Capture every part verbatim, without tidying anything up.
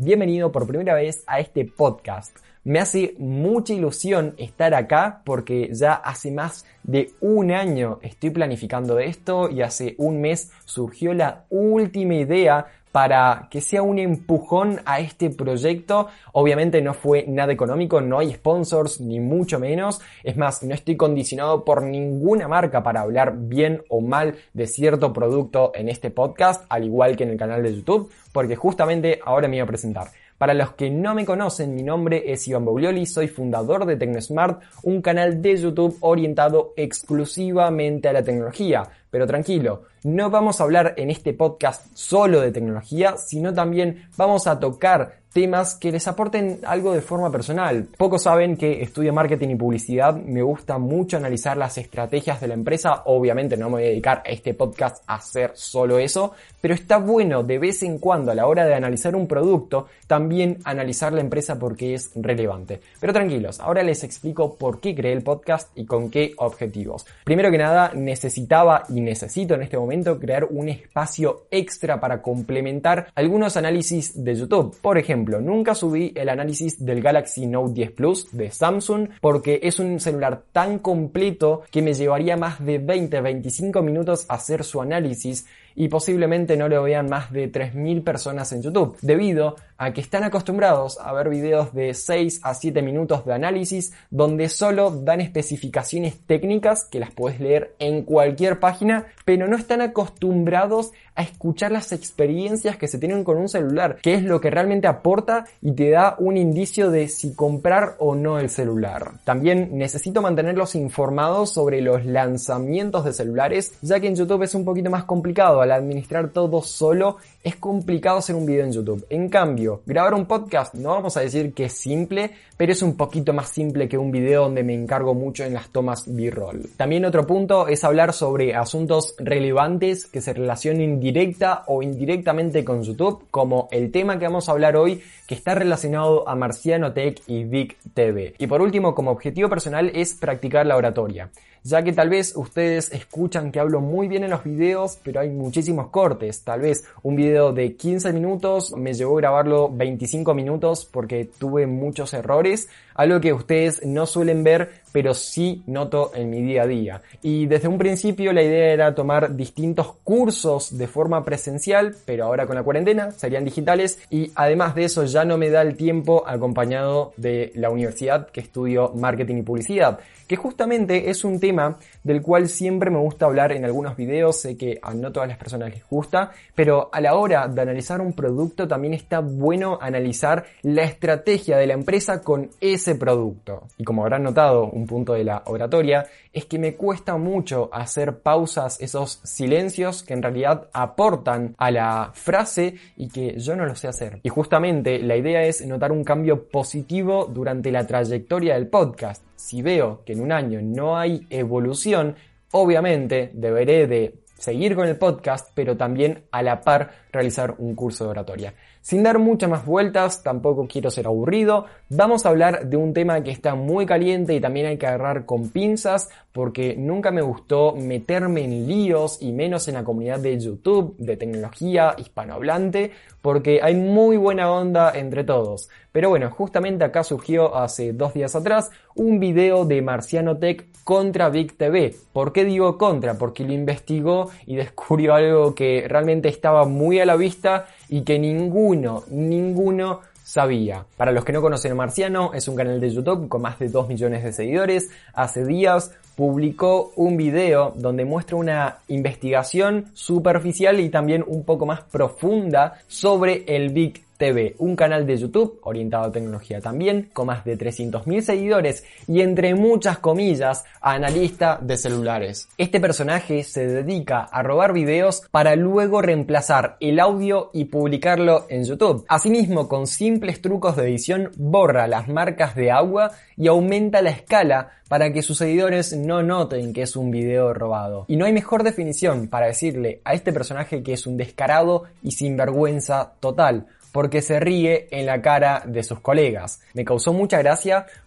bienvenido por primera vez a este podcast. Me hace mucha ilusión estar acá porque ya hace más de un año estoy planificando esto y hace un mes surgió la última idea para que sea un empujón a este proyecto. Obviamente no fue nada económico, no hay sponsors, ni mucho menos. Es más, no estoy condicionado por ninguna marca para hablar bien o mal de cierto producto en este podcast, al igual que en el canal de YouTube, porque justamente ahora me voy a presentar. Para los que no me conocen, mi nombre es Iván Bouglioli, soy fundador de TecnoSmart, un canal de YouTube orientado exclusivamente a la tecnología. Pero tranquilo, no vamos a hablar en este podcast solo de tecnología, sino también vamos a tocar temas que les aporten algo de forma personal. Pocos saben que estudio marketing y publicidad, me gusta mucho analizar las estrategias de la empresa. Obviamente no me voy a dedicar a este podcast a hacer solo eso, pero está bueno de vez en cuando a la hora de analizar un producto, también analizar la empresa porque es relevante. Pero tranquilos, ahora les explico por qué creé el podcast y con qué objetivos. Primero que nada, necesitaba y necesito en este momento crear un espacio extra para complementar algunos análisis de YouTube. Por ejemplo, nunca subí el análisis del Galaxy Note diez Plus de Samsung porque es un celular tan completo que me llevaría más de veinte a veinticinco minutos hacer su análisis y posiblemente no lo vean más de tres mil personas en YouTube, debido a que están acostumbrados a ver videos de seis a siete minutos de análisis donde solo dan especificaciones técnicas que las puedes leer en cualquier página, pero no están acostumbrados a escuchar las experiencias que se tienen con un celular, que es lo que realmente aporta y te da un indicio de si comprar o no el celular. También necesito mantenerlos informados sobre los lanzamientos de celulares, ya que en YouTube es un poquito más complicado. Al administrar todo solo es complicado hacer un video en YouTube. En cambio, grabar un podcast no vamos a decir que es simple, pero es un poquito más simple que un video donde me encargo mucho en las tomas B-roll. También otro punto es hablar sobre asuntos relevantes que se relacionen directa o indirectamente con YouTube, como el tema que vamos a hablar hoy, que está relacionado a Marciano Tech y Vic T V. Y por último, como objetivo personal es practicar la oratoria, ya que tal vez ustedes escuchan que hablo muy bien en los videos, pero hay muchísimos cortes. Tal vez un video de quince minutos me llevó a grabarlo veinticinco minutos porque tuve muchos errores, algo que ustedes no suelen ver, pero sí noto en mi día a día. Y desde un principio la idea era tomar distintos cursos de forma presencial, pero ahora con la cuarentena serían digitales, y además de eso ya no me da el tiempo acompañado de la universidad que estudio marketing y publicidad, que justamente es un tema del cual siempre me gusta hablar en algunos videos. Sé que a no todas las personas les gusta, pero a la hora de analizar un producto también está bueno analizar la estrategia de la empresa con ese producto. Y como habrán notado, un punto de la oratoria es que me cuesta mucho hacer pausas, esos silencios que en realidad aportan a la frase y que yo no lo sé hacer. Y justamente la idea es notar un cambio positivo durante la trayectoria del podcast. Si veo que en un año no hay evolución, obviamente deberé de seguir con el podcast, pero también a la par realizar un curso de oratoria. Sin dar muchas más vueltas, tampoco quiero ser aburrido, vamos a hablar de un tema que está muy caliente y también hay que agarrar con pinzas, porque nunca me gustó meterme en líos, y menos en la comunidad de YouTube, de tecnología hispanohablante, porque hay muy buena onda entre todos. Pero bueno, justamente acá surgió hace dos días atrás un video de Marciano Tech contra Vic T V. ¿Por qué digo contra? Porque lo investigó y descubrió algo que realmente estaba muy a la vista y que ninguno, ninguno sabía. Para los que no conocen a Marciano, es un canal de YouTube con más de dos millones de seguidores. Hace días publicó un video donde muestra una investigación superficial y también un poco más profunda sobre el Vic T V, un canal de YouTube orientado a tecnología también, con más de trescientos mil seguidores y, entre muchas comillas, analista de celulares. Este personaje se dedica a robar videos para luego reemplazar el audio y publicarlo en YouTube. Asimismo, con simples trucos de edición, borra las marcas de agua y aumenta la escala para que sus seguidores no noten que es un video robado. Y no hay mejor definición para decirle a este personaje que es un descarado y sinvergüenza total, porque se ríe en la cara de sus colegas. Me causó mucha gracia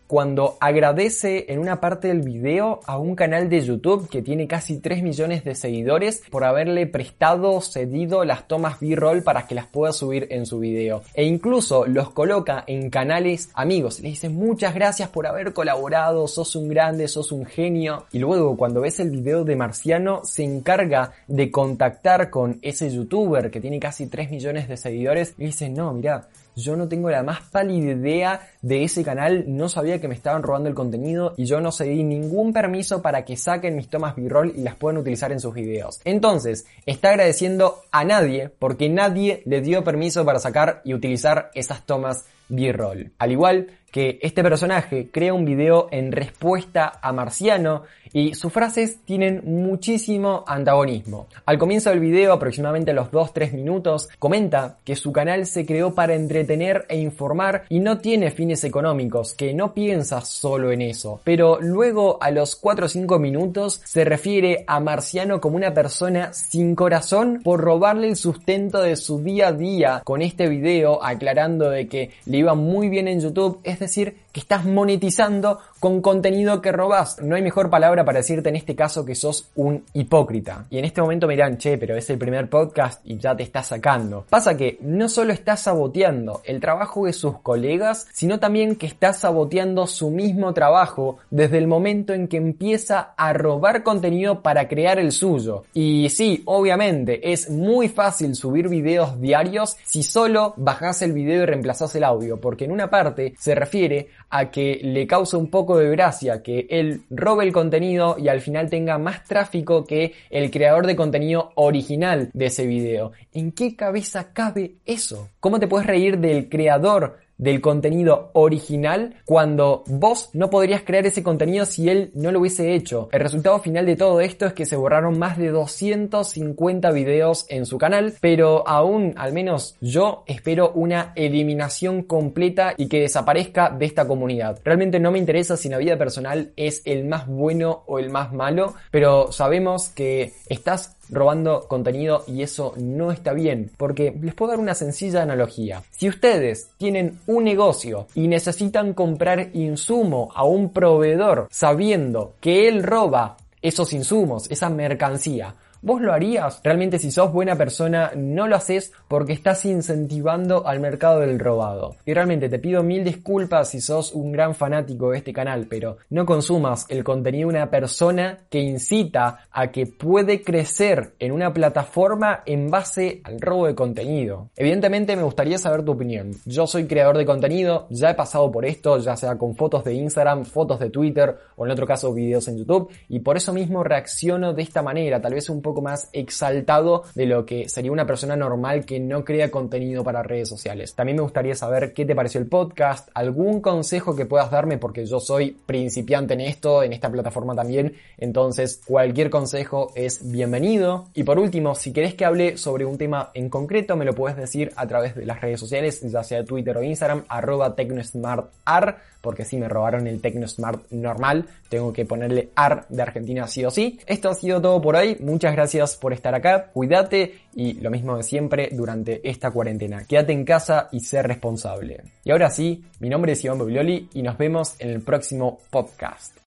cuando agradece en una parte del video a un canal de YouTube que tiene casi tres millones de seguidores por haberle prestado, cedido las tomas B-roll para que las pueda subir en su video. E incluso los coloca en canales amigos. Le dice muchas gracias por haber colaborado, sos un grande, sos un genio. Y luego cuando ves el video de Marciano se encarga de contactar con ese youtuber que tiene casi tres millones de seguidores y dice no, mirá, yo no tengo la más pálida idea de ese canal, no sabía que me estaban robando el contenido y yo no cedí ningún permiso para que saquen mis tomas B-roll y las puedan utilizar en sus videos. Entonces, está agradeciendo a nadie porque nadie le dio permiso para sacar y utilizar esas tomas B-roll. Al igual que este personaje crea un video en respuesta a Marciano y sus frases tienen muchísimo antagonismo. Al comienzo del video, aproximadamente a los dos a tres minutos, comenta que su canal se creó para entretener e informar y no tiene fines económicos, que no piensa solo en eso. Pero luego, a los cuatro o cinco minutos, se refiere a Marciano como una persona sin corazón por robarle el sustento de su día a día con este video, aclarando de que le iba muy bien en YouTube, es decir, que estás monetizando con contenido que robás. No hay mejor palabra para decirte en este caso que sos un hipócrita. Y en este momento me dirán, che, pero es el primer podcast y ya te estás sacando. Pasa que no solo estás saboteando el trabajo de sus colegas, sino también que estás saboteando su mismo trabajo desde el momento en que empieza a robar contenido para crear el suyo. Y sí, obviamente, es muy fácil subir videos diarios si solo bajás el video y reemplazás el audio, porque en una parte se refiere a que le causa un poco de gracia que él robe el contenido y al final tenga más tráfico que el creador de contenido original de ese video. ¿En qué cabeza cabe eso? ¿Cómo te puedes reír del creador del contenido original cuando vos no podrías crear ese contenido si él no lo hubiese hecho? El resultado final de todo esto es que se borraron más de doscientos cincuenta videos en su canal, pero aún, al menos yo, espero una eliminación completa y que desaparezca de esta comunidad. Realmente no me interesa si en la vida personal es el más bueno o el más malo, pero sabemos que estás robando contenido y eso no está bien, porque les puedo dar una sencilla analogía. Si ustedes tienen un negocio y necesitan comprar insumo a un proveedor sabiendo que él roba esos insumos, esa mercancía, ¿vos lo harías? Realmente, si sos buena persona, no lo haces porque estás incentivando al mercado del robado. Y realmente te pido mil disculpas si sos un gran fanático de este canal, pero no consumas el contenido de una persona que incita a que puede crecer en una plataforma en base al robo de contenido. Evidentemente me gustaría saber tu opinión. Yo soy creador de contenido, ya he pasado por esto, ya sea con fotos de Instagram, fotos de Twitter o en otro caso videos en YouTube, y por eso mismo reacciono de esta manera, tal vez un poco más exaltado de lo que sería una persona normal que no crea contenido para redes sociales. También me gustaría saber qué te pareció el podcast, algún consejo que puedas darme, porque yo soy principiante en esto, en esta plataforma también, entonces cualquier consejo es bienvenido. Y por último, si querés que hable sobre un tema en concreto, me lo puedes decir a través de las redes sociales, ya sea Twitter o Instagram, arroba tecnosmartar, porque si me robaron el Tecnosmart normal, tengo que ponerle A R de Argentina sí o sí. Esto ha sido todo por hoy, muchas gracias por estar acá, cuídate y lo mismo de siempre durante esta cuarentena. Quédate en casa y sé responsable. Y ahora sí, mi nombre es Iván Boglioli y nos vemos en el próximo podcast.